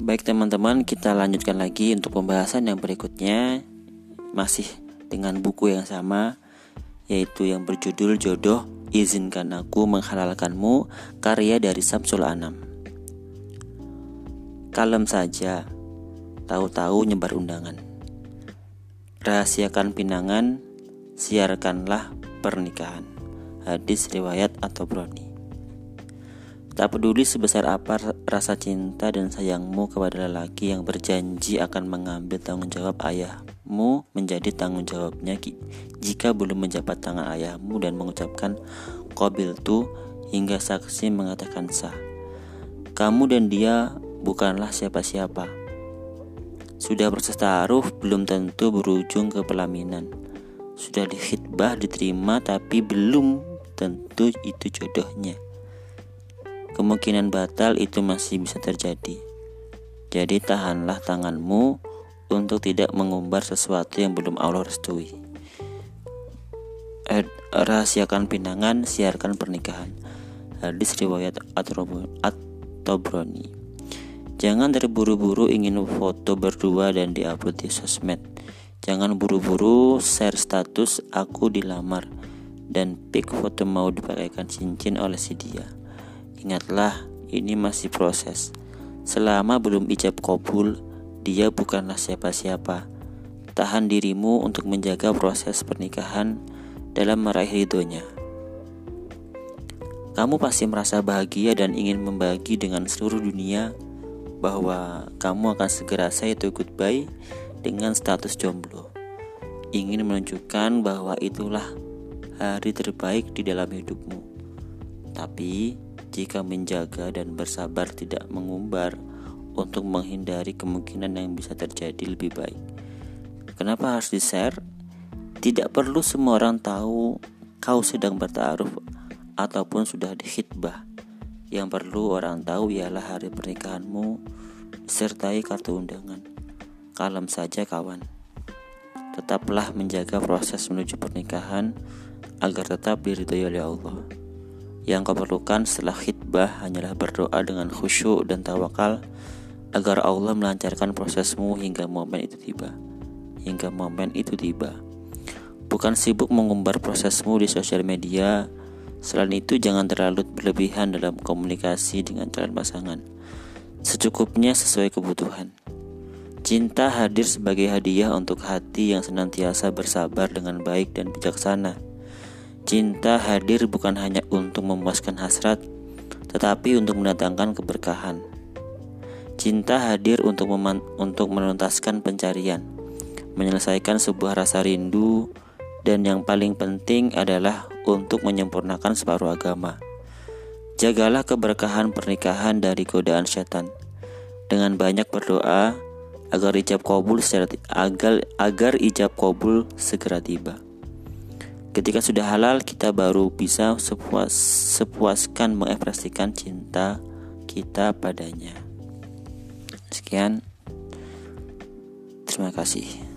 Baik teman-teman, kita lanjutkan lagi untuk pembahasan yang berikutnya. Masih dengan buku yang sama, yaitu yang berjudul Jodoh, Izinkan Aku Menghalalkanmu, karya dari Syamsul Anam. Kalem saja, tahu-tahu nyebar undangan. Rahasiakan pinangan, siarkanlah pernikahan. Hadis riwayat At-Tabrani. Tak peduli sebesar apa rasa cinta dan sayangmu kepada lelaki yang berjanji akan mengambil tanggung jawab ayahmu menjadi tanggung jawabnya jika belum menjabat tangan ayahmu dan mengucapkan qabiltu hingga saksi mengatakan sah. Kamu dan dia bukanlah siapa-siapa. Sudah proses taruh belum tentu berujung ke pelaminan. Sudah dikhitbah diterima tapi belum tentu itu jodohnya. Kemungkinan batal itu masih bisa terjadi. Jadi tahanlah tanganmu untuk tidak mengumbar sesuatu yang belum Allah restui. Rahasiakan pinangan, siarkan pernikahan. Hadis riwayat At-Tabrani. Jangan terburu-buru ingin foto berdua dan diupload di sosmed. Jangan buru-buru share status aku dilamar dan pic foto mau dipakaikan cincin oleh si dia. Ingatlah, ini masih proses. Selama belum ijab qabul, dia bukanlah siapa-siapa. Tahan dirimu untuk menjaga proses pernikahan dalam meraih ridhonya. Kamu pasti merasa bahagia dan ingin membagi dengan seluruh dunia bahwa kamu akan segera say to goodbye dengan status jomblo. Ingin menunjukkan bahwa itulah hari terbaik di dalam hidupmu. Tapi jika menjaga dan bersabar tidak mengumbar untuk menghindari kemungkinan yang bisa terjadi lebih baik. Kenapa harus di-share? Tidak perlu semua orang tahu kau sedang bertaruh ataupun sudah dikhitbah. Yang perlu orang tahu ialah hari pernikahanmu disertai kartu undangan. Kalem saja kawan. Tetaplah menjaga proses menuju pernikahan agar tetap diridhoi oleh Allah. Yang kau perlukan setelah khitbah hanyalah berdoa dengan khusyuk dan tawakal agar Allah melancarkan prosesmu hingga momen itu tiba. Bukan sibuk mengumbar prosesmu di sosial media. Selain itu jangan terlalu berlebihan dalam komunikasi dengan calon pasangan. Secukupnya sesuai kebutuhan. Cinta hadir sebagai hadiah untuk hati yang senantiasa bersabar dengan baik dan bijaksana. Cinta hadir bukan hanya untuk memuaskan hasrat, tetapi untuk mendatangkan keberkahan. Cinta hadir untuk menuntaskan pencarian, menyelesaikan sebuah rasa rindu, dan yang paling penting adalah untuk menyempurnakan separuh agama. Jagalah keberkahan pernikahan dari godaan setan dengan banyak berdoa agar ijab qabul segera tiba. Ketika sudah halal, kita baru bisa sepuaskan mengekspresikan cinta kita padanya. Sekian, terima kasih.